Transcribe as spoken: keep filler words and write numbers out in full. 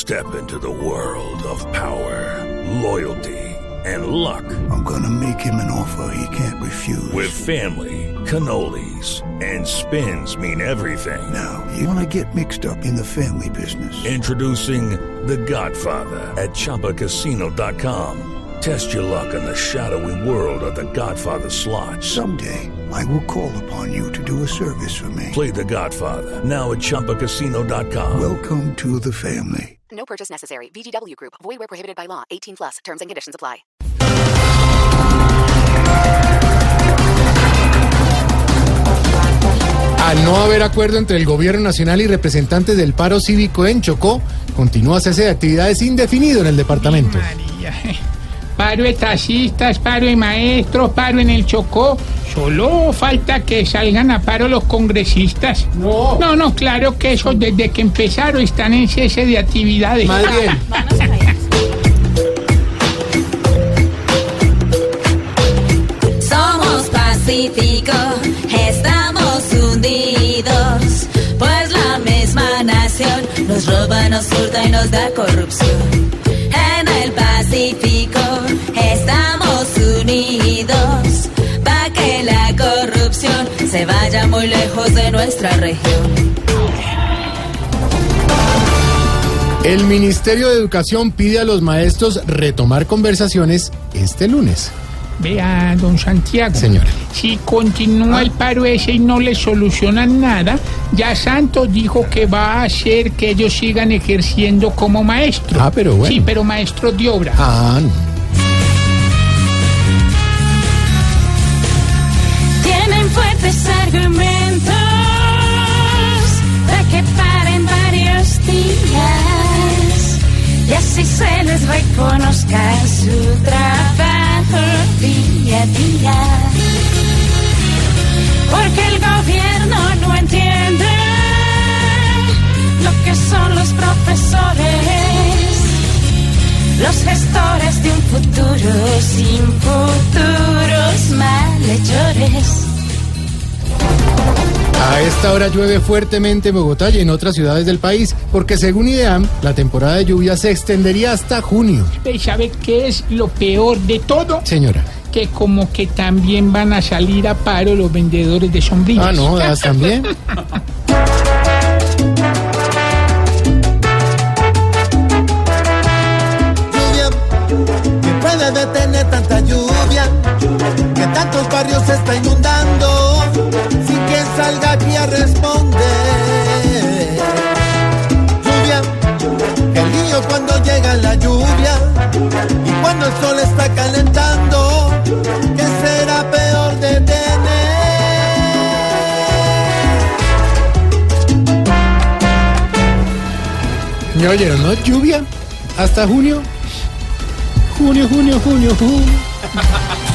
Step into the world of power, loyalty, and luck. I'm gonna make him an offer he can't refuse. With family, cannolis, and spins mean everything. Now, you wanna get mixed up in the family business. Introducing The Godfather at Chumba Casino dot com. Test your luck in the shadowy world of The Godfather slot. Someday, I will call upon you to do a service for me. Play The Godfather, now at Chumba Casino dot com. Welcome to the family. No purchase necessary. V G W Group. Void where prohibited by law. eighteen plus. Terms and conditions apply. Al no haber acuerdo entre el gobierno nacional y representantes del paro cívico en Chocó, continúa cese de actividades indefinido en el departamento. María. Paro de taxistas, paro de maestros, paro en el Chocó. Solo falta que salgan a paro los congresistas. No. No, no, claro que eso desde que empezaron están en cese de actividades. Más bien. Somos pacíficos, estamos unidos, pues la misma nación nos roba, nos hurta y nos da corrupción. En el Pacífico estamos unidos, pa' que la corrupción se vaya muy lejos de nuestra región. El Ministerio de Educación pide a los maestros retomar conversaciones este lunes. Vea, don Santiago. Señora. Si continúa el paro ese y no le solucionan nada, ya Santos dijo que va a hacer que ellos sigan ejerciendo como maestros. Ah, pero bueno. Sí, pero maestros de obra. Ah, no. Tienen fuertes argumentos de que paren varios días y así se les reconozca su trabajo día a día. Porque el gobierno no entiende lo que son los profesores, los gestores de un futuro sin futuros malhechores. A esta hora llueve fuertemente en Bogotá y en otras ciudades del país, porque según IDEAM, la temporada de lluvia se extendería hasta junio. ¿Y sabe qué es lo peor de todo? Señora. Que como que también van a salir a paro los vendedores de sombrillas. Ah, no, ¿das también? Lluvia, ¿quién puede detener tanta lluvia? Que tantos barrios se está inundando, sin quien salga aquí a responder. Lluvia, el lío cuando llega la lluvia y cuando el sol está calentando, ¿qué será peor de tener? ¿Me oyeron, no? ¿Lluvia? ¿Hasta junio? Junio, junio, junio, junio.